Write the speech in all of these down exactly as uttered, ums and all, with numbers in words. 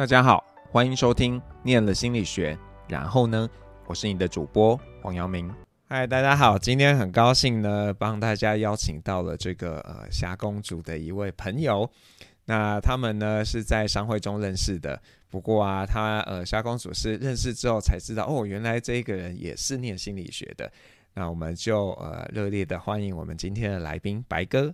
大家好，欢迎收听念了心理学，然后呢，我是你的主播黄阳明。嗨，大家好，今天很高兴呢，帮大家邀请到了这个呃霞公主的一位朋友。那他们呢是在商会中认识的，不过啊，他呃霞公主是认识之后才知道，哦，原来这个人也是念心理学的。那我们就呃热烈的欢迎我们今天的来宾白哥。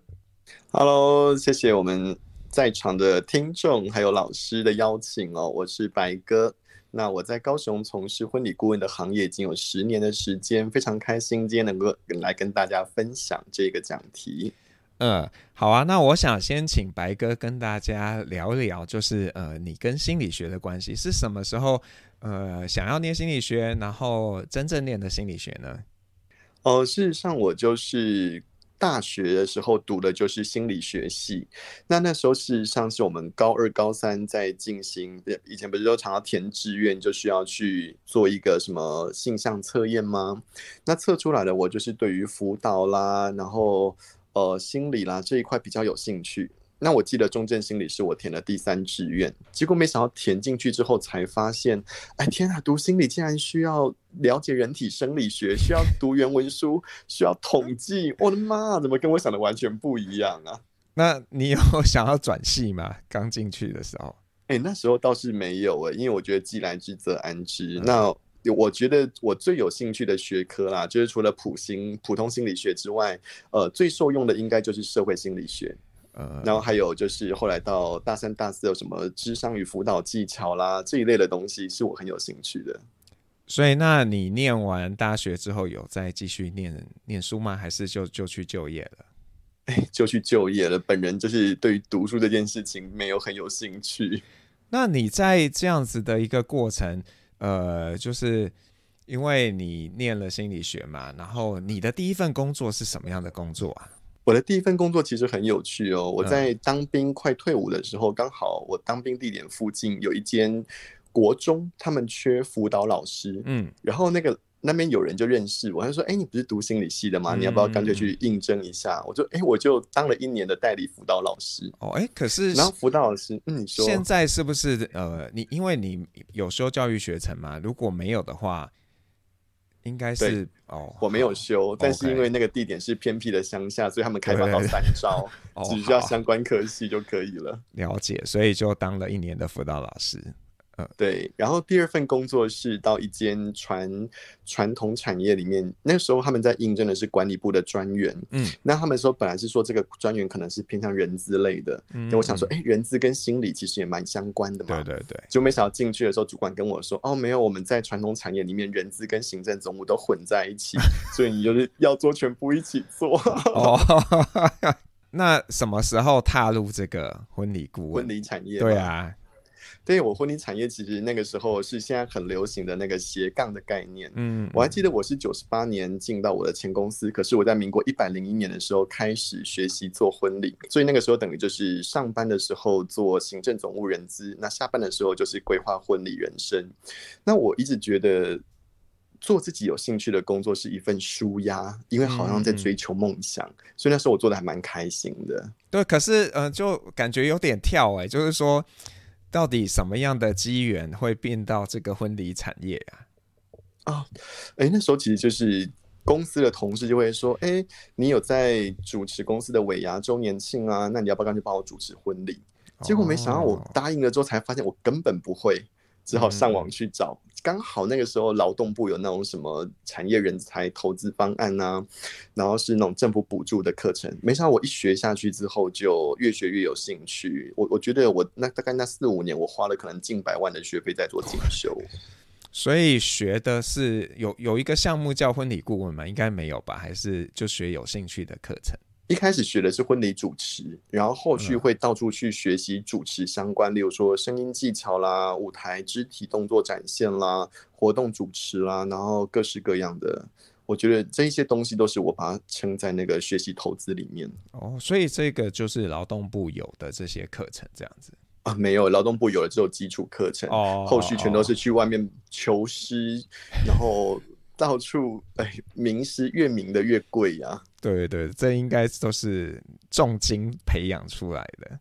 Hello， 谢谢我们在场的听众还有老师的邀请哦，我是白哥。那我在高雄从事婚礼顾问的行业已经有十年的时间，非常开心今天能够来跟大家分享这个讲题。 嗯，好啊，那我想先请白哥跟大家聊聊，就是呃，你跟心理学的关系是什么时候呃想要念心理学，然后真正念的心理学呢？ 哦、呃，事实上我就是大学的时候读的就是心理学系，那那时候事实上是我们高二、高三在进行，以前不是都常常填志愿，就需要去做一个什么性向测验吗？那测出来的我就是对于辅导啦，然后呃心理啦这一块比较有兴趣。那我记得中正心理是我填了第三志愿，结果没想到填进去之后才发现，哎天啊，读心理竟然需要了解人体生理学，需要读原文书，需要统计，我的妈，怎么跟我想的完全不一样啊？ 那你有想要转系吗？刚进去的时候？ 哎，那时候倒是没有哎，因为我觉得既来之则安之。嗯、那我觉得我最有兴趣的学科啦，就是除了普心普通心理学之外，呃，最受用的应该就是社会心理学。然后还有就是后来到大三大四有什么諮商與輔導技巧啦这一类的东西是我很有兴趣的。 所以那你念完大学之后有再继续 念, 念书吗？还是 就, 就去就业了？ 哎，就去就业了。本人就是对于读书这件事情没有很有兴趣。 那你在这样子的一个过程，呃，就是因为你念了心理学嘛，然后你的第一份工作是什么样的工作啊？ 我的第一份工作其实很有趣哦，我在当兵快退伍的时候，刚好我当兵地点附近有一间国中，他们缺辅导老师，嗯，然后那个那边有人就认识我，他说：“哎，你不是读心理系的吗？你要不要干脆去应征一下？”我就哎，我就当了一年的代理辅导老师。 哦，哎，可是然后辅导老师，嗯，你说现在是不是呃，你因为你有修教育学程嘛？如果没有的话。应该是哦， 我没有修，但是因为那个地点是偏僻的乡下，所以他们开放到三招，只需要相关科系就可以了。 了解，所以就当了一年的辅导老师。 嗯、对，然后第二份工作是到一间传传统产业里面，那时候他们在应征的是管理部的专员，嗯，那他们说本来是说这个专员可能是偏向人资类的，嗯，我想说，哎，人资跟心理其实也蛮相关的嘛， 对对对， 就没想到进去的时候，主管跟我说，哦，没有，我们在传统产业里面人资跟行政总务都混在一起，所以你就是要做全部一起做。 哦，那什么时候踏入这个婚礼顾问？ 婚礼产业？ 对啊。 对，我婚礼产业其实那个时候是现在很流行的那个斜杠的概念。嗯，我还记得我是九十八年进到我的前公司，可是我在民国一百零一年的时候开始学习做婚礼，所以那个时候等于就是上班的时候做行政总务人资，那下班的时候就是规划婚礼人生。那我一直觉得做自己有兴趣的工作是一份抒压，因为好像在追求梦想，嗯、所以那时候我做的还蛮开心的。 对，可是呃，就感觉有点跳哎、欸，就是说。到底什么样的机缘会变到这个婚礼产业啊？ 哦，哎，那时候其实就是公司的同事就会说，哎，你有在主持公司的尾牙周年庆啊，那你要不要干脆帮我主持婚礼？结果没想到我答应了之后才发现我根本不会，只好上网去找。嗯、刚好那个时候劳动部有那种什么产业人才投资方案啊，然后是那种政府补助的课程。没想到我一学下去之后，就越学越有兴趣。我我觉得我那大概那四五年，我花了可能近百万的学费在做进修。 所以学的是有有一个项目叫婚礼顾问吗？应该没有吧？还是就学有兴趣的课程？ 一开始学的是婚礼主持，然后后续会到处去学习主持相关，例如说声音技巧啦、舞台肢体动作展现啦、活动主持啦，然后各式各样的。我觉得这一些东西都是我把它称在那个学习投资里面。 哦，所以这个就是劳动部有的这些课程这样子啊？没有，劳动部有的只有基础课程，哦，后续全都是去外面求师，然后。到处哎，名师越名的越贵呀、啊。 对对，这应该都是重金培养出来的。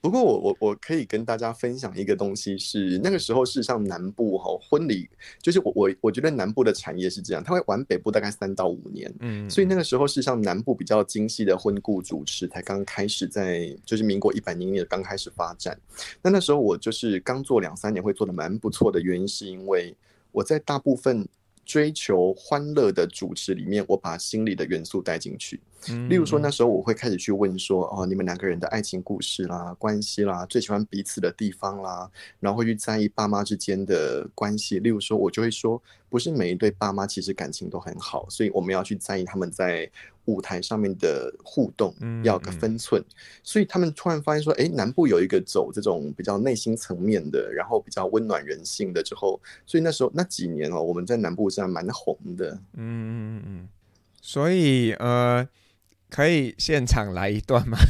不过我我我可以跟大家分享一个东西是，那个时候事实上南部哈婚礼，就是我我我觉得南部的产业是这样，它会晚北部大概三到五年， 嗯， 所以那个时候事实上南部比较精细的婚顾主持才刚开始在，就是民国一百零年刚开始发展。那那时候我就是刚做两三年会做的蛮不错的原因，是因为我在大部分追求欢乐的主持里面，我把心理的元素带进去。例如说，那时候我会开始去问说，哦，你们两个人的爱情故事啦、关系啦、最喜欢彼此的地方啦，然后会去在意爸妈之间的关系。例如说，我就会说，不是每一对爸妈其实感情都很好，所以我们要去在意他们在舞台上面的互动，要有个分寸。所以他们突然发现说，哎，南部有一个走这种比较内心层面的，然后比较温暖人性的之后，所以那时候那几年哦，我们在南部是蛮红的。 嗯嗯嗯，所以呃。可以现场来一段吗？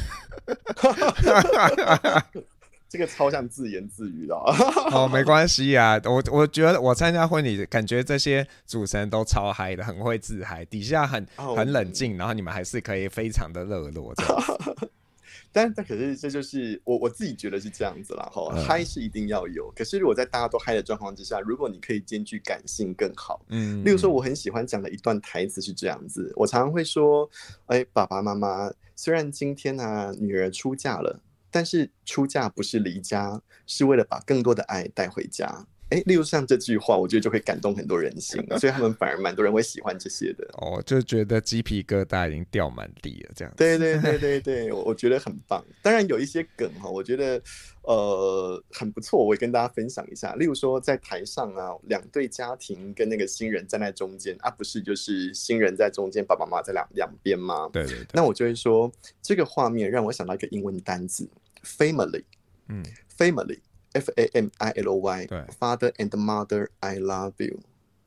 这个超像自言自语的哦，没关系啊，我我觉得我参加婚礼，感觉这些主持人都超嗨的，很会自嗨，底下很很冷静，然后你们还是可以非常的热络这样子。 但但可是这就是我我自己觉得是这样子啦哈，嗨、嗯、是一定要有。可是如果在大家都嗨的状况之下，如果你可以兼具感性更好。嗯，例如说我很喜欢讲的一段台词是这样子，我常常会说，哎，爸爸妈妈，虽然今天啊女儿出嫁了，但是出嫁不是离家，是为了把更多的爱带回家。哎，例如像这句话，我觉得就会感动很多人心，所以他们反而蛮多人会喜欢这些的。 哦，就觉得鸡皮疙瘩已经掉满地了，这样子。 对对对对对，我觉得很棒。当然有一些梗哈，我觉得呃很不错，我也跟大家分享一下。例如说在台上啊，两对家庭跟那个新人站在中间啊，不是就是新人在中间，爸爸妈妈在两两边吗？ 对对对。 那我就会说，这个画面让我想到一个英文单字 ，family， 嗯 ，family。F A M I L O Y， Father and Mother, I love you 。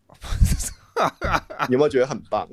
你有没有觉得很棒？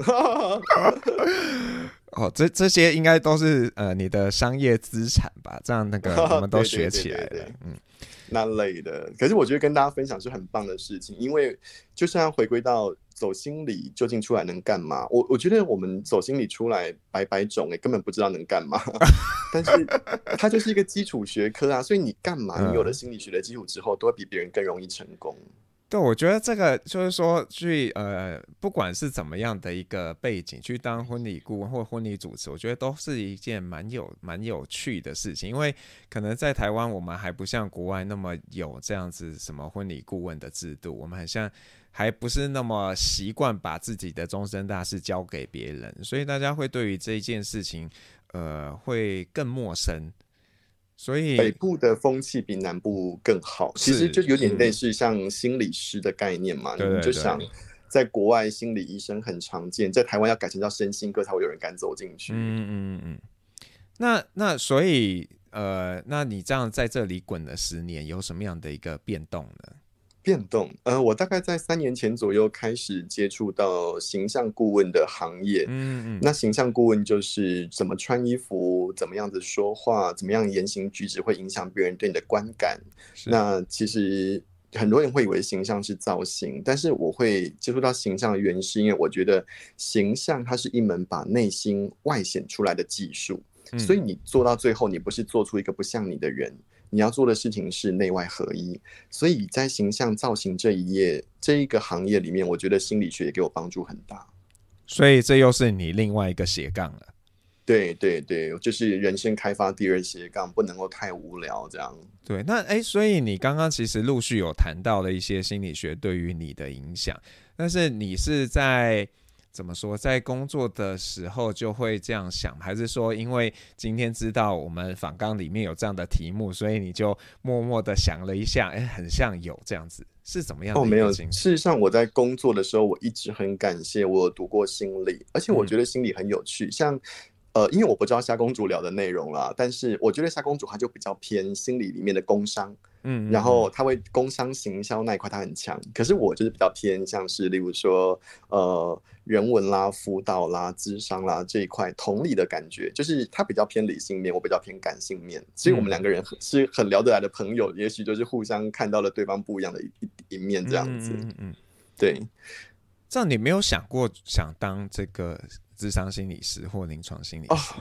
哦，这这些应该都是呃你的商业资产吧？这样那个我们都学起来了，嗯， 那类的。可是我觉得跟大家分享是很棒的事情，因为就像回归到走心理究竟出来能干嘛？我我觉得我们走心理出来百百种，哎，根本不知道能干嘛。但是它就是一个基础学科啊，所以你干嘛？你有了心理学的基础之后，都会比别人更容易成功。 对，我觉得这个就是说去呃，不管是怎么样的一个背景，去当婚礼顾问或婚礼主持，我觉得都是一件蛮有蛮有趣的事情。因为可能在台湾，我们还不像国外那么有这样子什么婚礼顾问的制度，我们很像还不是那么习惯把自己的终身大事交给别人，所以大家会对于这一件事情，呃，会更陌生。所以北部的风气比南部更好，其实就有点类似像心理师的概念嘛。你就想，在国外心理医生很常见，在台湾要改成叫身心科才会有人敢走进去。 嗯嗯嗯。那那所以呃，那你这样在这里滚了十年，有什么样的一个变动呢？ 变动，呃，我大概在三年前左右开始接触到形象顾问的行业。嗯嗯，那形象顾问就是怎么穿衣服，怎么样子说话，怎么样言行举止会影响别人对你的观感。那其实很多人会以为形象是造型，但是我会接触到形象的原因是因为我觉得形象它是一门把内心外显出来的技术。嗯，所以你做到最后，你不是做出一个不像你的人。你要做的事情是内外合一，所以在形象造型这一页这一个行业里面，我觉得心理学也给我帮助很大。 所以这又是你另外一个斜杠了。 对对对，就是人生开发第二斜杠，不能够太无聊这样。 对，那哎，所以你刚刚其实陆续有谈到了一些心理学对于你的影响，但是你是在怎么说，在工作的时候就会这样想，还是说因为今天知道我们访纲里面有这样的题目，所以你就默默的想了一下，哎，很像有这样子，是怎么样的一个情况？ 哦，没有。事实上，我在工作的时候，我一直很感谢我有读过心理，而且我觉得心理很有趣，嗯、像。呃，因为我不知道虾公主聊的内容啦，但是我觉得虾公主她就比较偏心理里面的工商，嗯, 嗯, 嗯，然后她会工商行销那一块她很强，可是我就是比较偏像是例如说呃人文啦、辅导啦、諮商啦这一块同理的感觉，就是她比较偏理性面，我比较偏感性面，所以我们两个人是很聊得来的朋友，也许就是互相看到了对方不一样的 一, 一面这样子，嗯, 嗯, 嗯，对。 这样你没有想过想当这个諮商心理师或临床心理师？哦，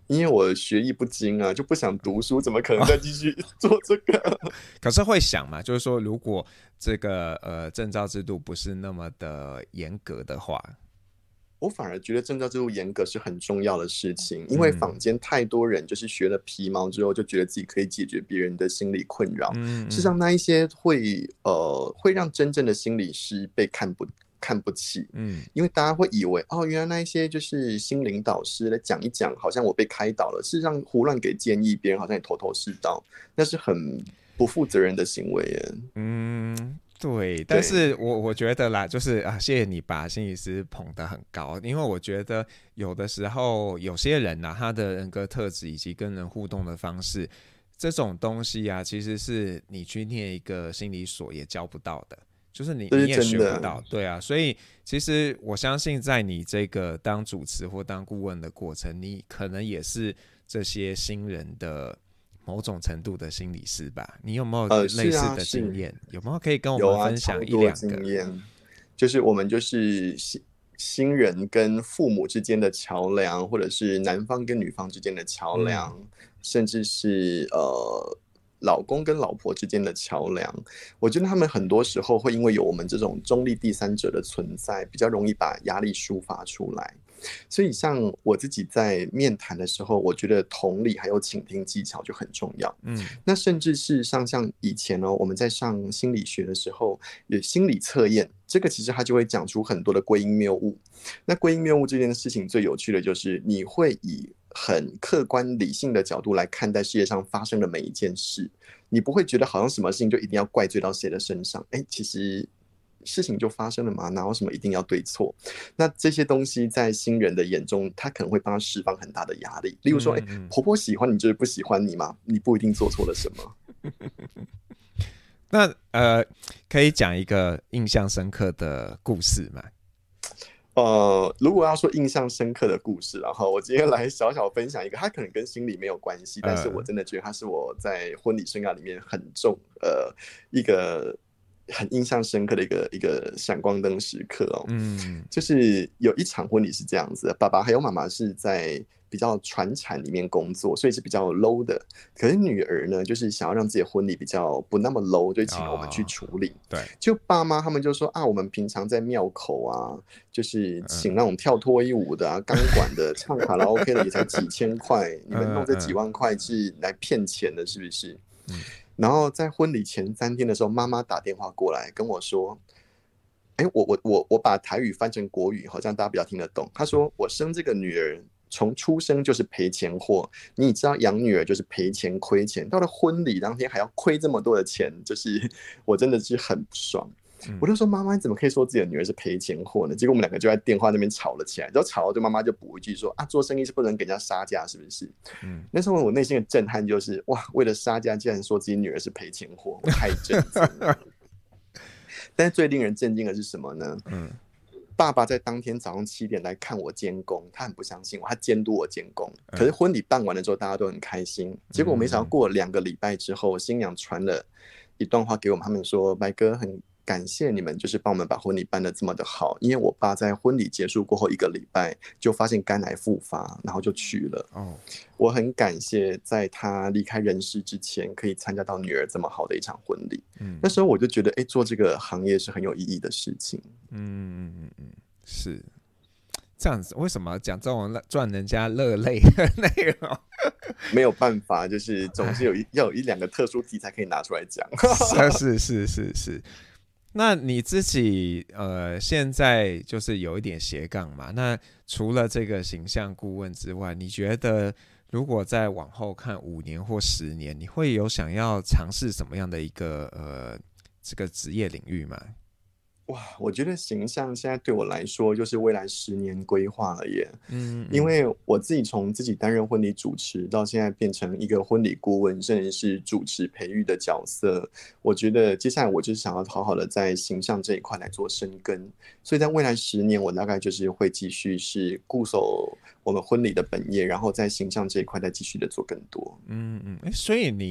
因为我学艺不精啊，就不想读书，怎么可能再继续做这个？ 可是会想嘛，就是说，如果这个呃证照制度不是那么的严格的话， 我反而觉得证照制度严格是很重要的事情，因为坊间太多人就是学了皮毛之后，就觉得自己可以解决别人的心理困扰。 嗯嗯， 事实上，那一些会呃会让真正的心理师被看不看不起， 嗯， 因为大家会以为哦，原来那一些就是心灵导师来讲一讲，好像我被开导了，事实上胡乱给建议，别人好像也头头是道，那是很不负责任的行为耶。 嗯，对，但是我我觉得啦，就是啊，谢谢你把心理师捧得很高，因为我觉得有的时候有些人呐、啊，他的人格特质以及跟人互动的方式，这种东西啊，其实是你去念一个心理所也教不到的。就是你你也学不到，对啊，所以其实我相信在你这个当主持或当顾问的过程，你可能也是这些新人的某种程度的心理师吧？你有没有类似的经验？呃啊、有没有可以跟我们分享一两个？ 有啊，就是我们就是新人跟父母之间的桥梁，或者是男方跟女方之间的桥梁，嗯、甚至是呃。老公跟老婆之间的桥梁，我觉得他们很多时候会因为有我们这种中立第三者的存在，比较容易把压力抒发出来。所以像我自己在面谈的时候，我觉得同理还有倾听技巧就很重要。嗯，那甚至是像像以前呢、哦，我们在上心理学的时候，有心理测验，这个其实它就会讲出很多的归因谬误。那归因谬误这件事情最有趣的就是你会以很客观理性的角度来看待世界上发生的每一件事，你不会觉得好像什么事情就一定要怪罪到谁的身上。哎，其实事情就发生了嘛，哪有什么一定要对错？那这些东西在新人的眼中，他可能会帮他释放很大的压力。例如说，哎，婆婆喜欢你就是不喜欢你吗？你不一定做错了什么。 那呃，可以讲一个印象深刻的故事吗？ 呃，如果要说印象深刻的故事，然后我今天来小小分享一个，它可能跟心理没有关系，但是我真的觉得它是我在婚礼生涯里面很重呃一个很印象深刻的一个一个闪光灯时刻哦。嗯，就是有一场婚礼是这样子的，爸爸还有妈妈是在比较传产里面工作，所以是比较 low 的。可是女儿呢，就是想要让自己的婚礼比较不那么 low，就请我们去处理。哦、对，就爸妈他们就说啊，我们平常在庙口啊，就是请那种跳脱衣舞的啊、钢管的、唱卡拉 OK 的，也才几千块，你们弄这几万块是来骗钱的，是不是？嗯。然后在婚礼前三天的时候，妈妈打电话过来跟我说：“哎，我我我我把台语翻成国语，好像大家比较听得懂。”她说：“我生这个女儿。”从出生就是赔钱货，你知道养女儿就是赔钱亏钱，到了婚礼当天还要亏这么多的钱，就是我真的是很不爽。嗯、我就说妈妈，你怎么可以说自己的女儿是赔钱货呢？结果我们两个就在电话那边吵了起来，然后吵了，就妈妈就补一句说啊，做生意是不能给人家杀价，是不是？嗯，那时候我内心的震撼就是哇，为了杀价竟然说自己女儿是赔钱货，我太震惊了。但是最令人震惊的是什么呢？嗯。爸爸在当天早上七点来看我监工，他很不相信我，他监督我监工。可是婚礼办完了之后，大家都很开心。结果没想到过了两个礼拜之后，新娘传了一段话给我们，他们说：“白哥很感谢你们，就是帮我们把婚礼办得这么的好。因为我爸在婚礼结束过后一个礼拜就发现肝癌复发，然后就去了。哦，我很感谢在他离开人世之前，可以参加到女儿这么好的一场婚礼。嗯，那时候我就觉得，哎，做这个行业是很有意义的事情。 嗯嗯嗯嗯，是这样子。为什么讲这种赚人家热泪的内容？ 没有办法，就是总是有一要有一两个特殊题材可以拿出来讲。 是是是是。那你自己呃，现在就是有一点斜杠嘛？那除了这个形象顾问之外，你觉得如果再往后看五年或十年，你会有想要尝试什么样的一个呃这个职业领域吗？ 哇，我觉得形象现在对我来说就是未来十年规划了耶。嗯，因为我自己从自己担任婚礼主持到现在变成一个婚礼顾问，甚至是主持培育的角色，我觉得接下来我就是想要好好的在形象这一块来做深耕。所以在未来十年，我大概就是会继续是固守我们婚礼的本业，然后在形象这一块再继续的做更多。 嗯嗯，所以你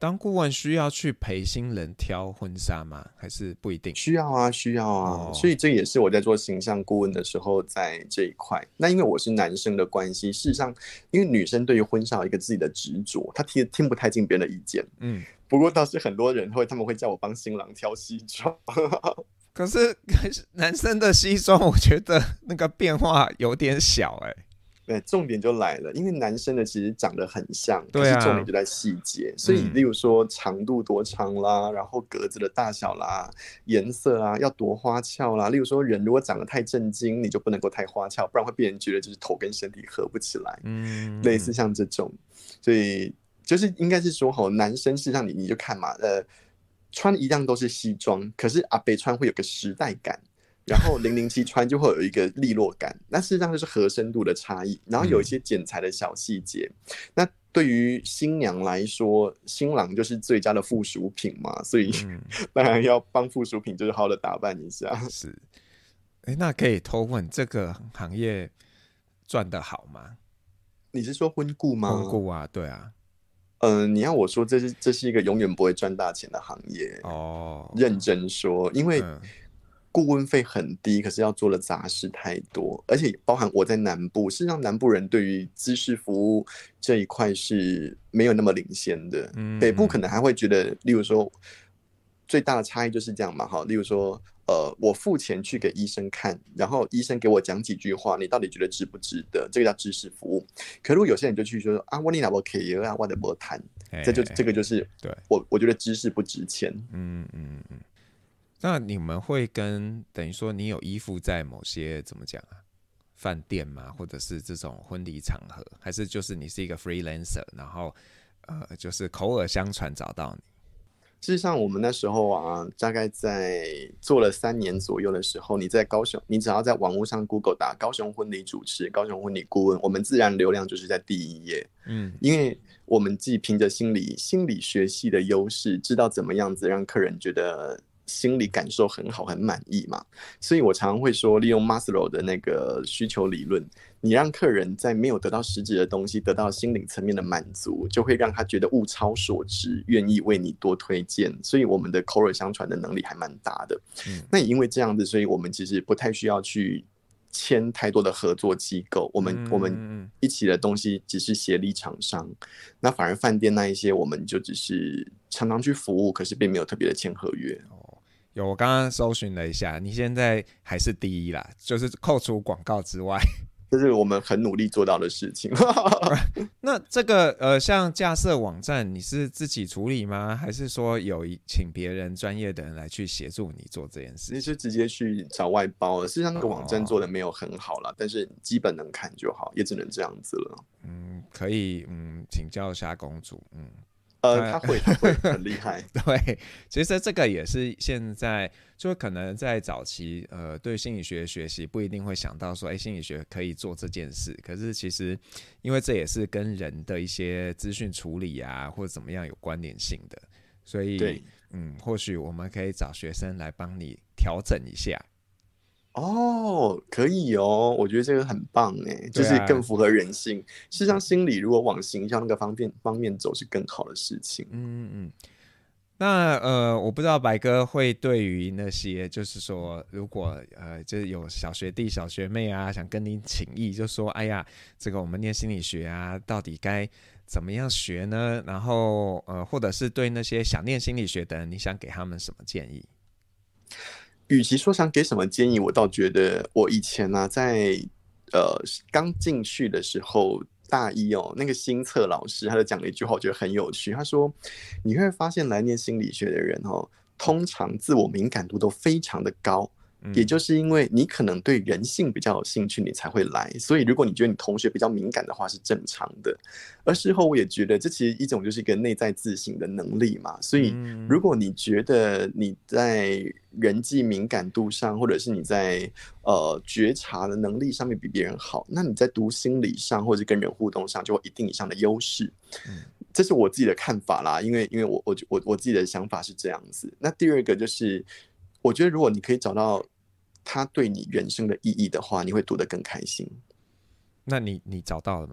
当顾问需要去陪新人挑婚纱吗？还是不一定？ 需要啊，需要啊， 哦、 所以这也是我在做形象顾问的时候，在这一块。那因为我是男生的关系，事实上，因为女生对于婚纱有一个自己的执着，她听听不太进别人的意见。嗯，不过倒是很多人会，他们会叫我帮新郎挑西装。 可是男生的西装，我觉得那个变化有点小哎、欸。 对，重点就来了，因为男生的其实长得很像， 对啊， 可是重点就在细节。所以，例如说长度多长啦，然后格子的大小啦，颜色啊要多花俏啦。例如说，人如果长得太正经，你就不能够太花俏，不然会被人觉得就是头跟身体合不起来。嗯，类似像这种，所以就是应该是说，吼，男生事实上你你就看嘛，呃，穿一样都是西装，可是阿北穿会有个时代感。然后零零七穿就会有一个利落感，那事实上就是合身度的差异，然后有一些剪裁的小细节。嗯、那对于新娘来说，新郎就是最佳的附属品嘛，所以、嗯、当然要帮附属品就是好好的打扮一下。 是，哎，那可以偷问，这个行业赚得好吗？ 你是说婚顾吗？ 婚顾啊，对啊。 嗯、呃，你要我说这是这是一个永远不会赚大钱的行业哦。认真说，因为、嗯。顾问费很低，可是要做的杂事太多，而且包含我在南部，事实上南部人对于知识服务这一块是没有那么领先的。嗯、北部可能还会觉得，例如说最大的差异就是这样嘛，哈，例如说，呃，我付钱去给医生看，然后医生给我讲几句话，你到底觉得值不值得？这个叫知识服务。可如果有些人就去说啊，我你哪不可以啊，我的不谈，这就这个就是对我我觉得知识不值钱。 嗯嗯嗯。那你们会跟等于说你有依附在某些怎么讲啊饭店吗？或者是这种婚礼场合，还是就是你是一个 freelancer， 然后呃就是口耳相传找到你？ 事实上，我们那时候啊，大概在做了三年左右的时候，你在高雄，你只要在网络上 Google 打高雄婚礼主持、高雄婚礼顾问，我们自然流量就是在第一页。嗯，因为我们既凭着心理心理学系的优势，知道怎么样子让客人觉得心理感受很好很满意嘛，所以我常常会说利用 Maslow 的那个需求理论，你让客人在没有得到实质的东西得到心灵层面的满足，就会让他觉得物超所值，愿意为你多推荐，所以我们的口耳相传的能力还蛮大的。嗯、那也因为这样子，所以我们其实不太需要去签太多的合作机构，我们、嗯、我们一起的东西只是协力厂商，那反而饭店那一些我们就只是常常去服务，可是并没有特别的签合约。 有，我刚刚搜寻了一下，你现在还是第一啦，就是扣除广告之外， 这是我们很努力做到的事情。 那这个呃，像架设网站，你是自己处理吗？还是说有请别人专业的人来去协助你做这件事？ 你是直接去找外包了。事实上，那个网站做的没有很好啦，哦、但是基本能看就好，也只能这样子了。 嗯，可以，嗯，请教一下公主，嗯。 呃，他会，他会很厉害。 对，其实这个也是现在，就可能在早期，呃，对心理学学习不一定会想到说，哎，心理学可以做这件事。可是其实，因为这也是跟人的一些资讯处理啊，或者怎么样有关联性的，所以，嗯，或许我们可以找学生来帮你调整一下。 哦，可以哦，我觉得这个很棒哎，就是更符合人性。啊、事实上，心理如果往形象那个方面方面走，是更好的事情。 嗯嗯。那呃，我不知道白哥会对于那些，就是说，如果呃，就是有小学弟、小学妹啊，想跟你请益，就说，哎呀，这个我们念心理学啊，到底该怎么样学呢？然后呃，或者是对那些想念心理学的人，你想给他们什么建议？ 与其说想给什么建议，我倒觉得我以前啊，在呃刚进去的时候，大一哦，那个新策老师他就讲了一句话，我觉得很有趣。他说，你会发现来念心理学的人哦，通常自我敏感度都非常的高。也就是因为你可能对人性比较有兴趣，你才会来。所以如果你觉得你同学比较敏感的话，是正常的。而事后我也觉得，这其实一种就是一个内在自省的能力嘛。所以如果你觉得你在人际敏感度上，或者是你在呃觉察的能力上面比别人好，那你在读心理上或者跟人互动上就有一定以上的优势。这是我自己的看法啦，因为因为我我我我自己的想法是这样子。那第二个就是，我觉得如果你可以找到它对你人生的意义的话，你会读得更开心。 那你你找到了吗？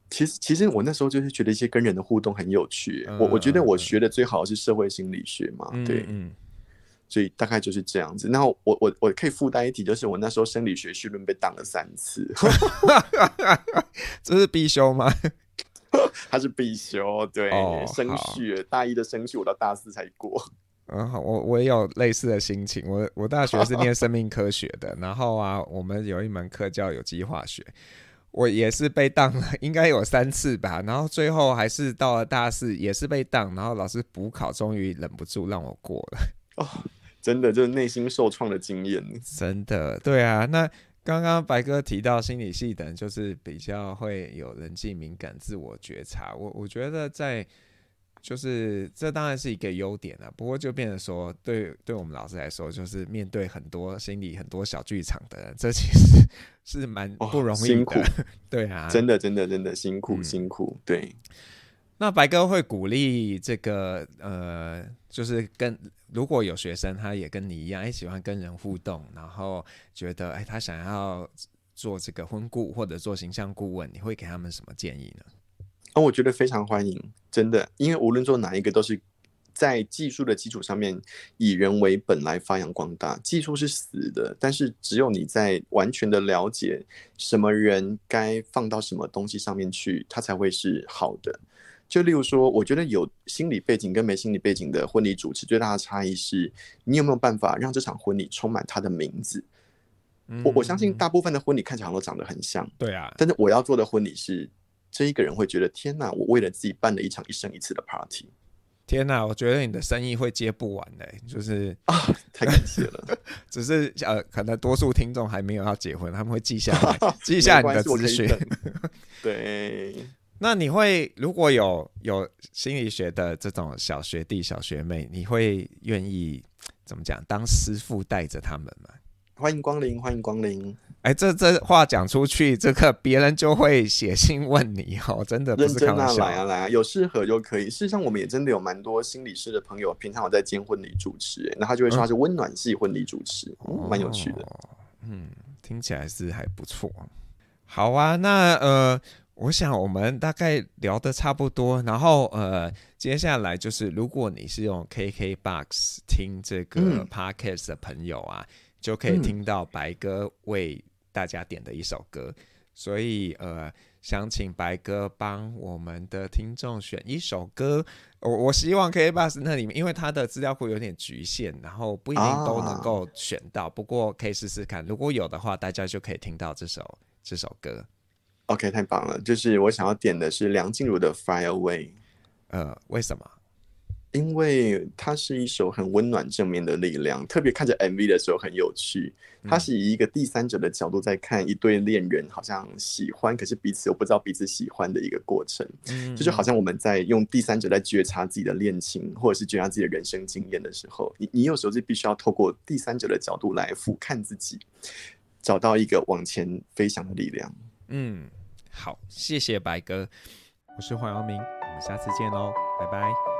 其实，其实我那时候就是觉得一些跟人的互动很有趣。 嗯我我觉得我嗯学的最好的是社会心理学嘛， 嗯对， 嗯， 所以大概就是这样子。然后我我我可以附带一提，就是我那时候生理学绪论被当了三次， 这是必修吗？ 它是必修，对， 哦， 生好。 序大一的生序我到大四才过。 嗯，好，我我也有类似的心情。我我大学是念生命科学的，然后啊，我们有一门课叫有机化学，我也是被当了，应该有三次吧。然后最后还是到了大四，也是被当，然后老师补考，终于忍不住让我过了。 哦，真的就是内心受创的经验。 真的，对啊。那刚刚白哥提到心理系的人就是比较会有人际敏感、自我觉察。我我觉得在就是这当然是一个优点啊，不过就变成说对对我们老师来说，就是面对很多心里很多小剧场的人，这其实是蛮不容易的。 哦、辛苦， 对啊， 真的真的真的辛苦、 嗯、 辛苦，对。 那白哥会鼓励这个呃，就是跟如果有学生他也跟你一样，哎，喜欢跟人互动，然后觉得哎他想要做这个婚顾或者做形象顾问，你会给他们什么建议呢？ 哦，我觉得非常欢迎，真的，因为无论做哪一个，都是在技术的基础上面以人为本来发扬光大。技术是死的，但是只有你在完全的了解什么人该放到什么东西上面去，它才会是好的。就例如说，我觉得有心理背景跟没心理背景的婚礼主持最大的差异是，你有没有办法让这场婚礼充满他的名字。 嗯、 我我相信大部分的婚礼看起来都长得很像， 对啊， 但是我要做的婚礼是，这一个人会觉得天哪，我为了自己办了一场一生一次的 party。 天哪，我觉得你的生意会接不完的、欸，就是啊，太感谢了。 只是呃，可能多数听众还没有要结婚，他们会记下来，记下你的资讯。 对。 那你会如果有有心理学的这种小学弟小学妹，你会愿意怎么讲当师傅带着他们吗？ 欢迎光临，欢迎光临。 哎，这这话讲出去，这个别人就会写信问你哦，真的不是开玩笑。 认真啊，来啊来啊，有适合就可以。事实上，我们也真的有蛮多心理师的朋友，平常有在兼婚礼主持，那他就会说他是温暖系婚礼主持，蛮、嗯、有趣的。 嗯，听起来是还不错。好啊，那呃。我想我们大概聊得差不多，然后呃，接下来就是如果你是用 K K B O X 听这个 Podcast 的朋友啊，嗯、就可以听到白哥为大家点的一首歌，嗯、所以呃，想请白哥帮我们的听众选一首歌。我我希望 K K B O X 那里面，因为它的资料库有点局限，然后不一定都能够选到，啊、不过可以试试看，如果有的话，大家就可以听到这首这首歌。 OK， 太棒了！就是我想要点的是梁静茹的《Fly Away》。 呃，为什么？ 因为它是一首很温暖正面的力量，特别看着 M V 的时候很有趣。它是以一个第三者的角度在看一对恋人，好像喜欢，可是彼此又不知道彼此喜欢的一个过程。嗯，就是好像我们在用第三者在觉察自己的恋情，或者是觉察自己的人生经验的时候，你你有时候是必须要透过第三者的角度来俯瞰自己，找到一个往前飞翔的力量。 嗯，好，谢谢白哥，我是黄阳明，我们下次见喽，拜拜。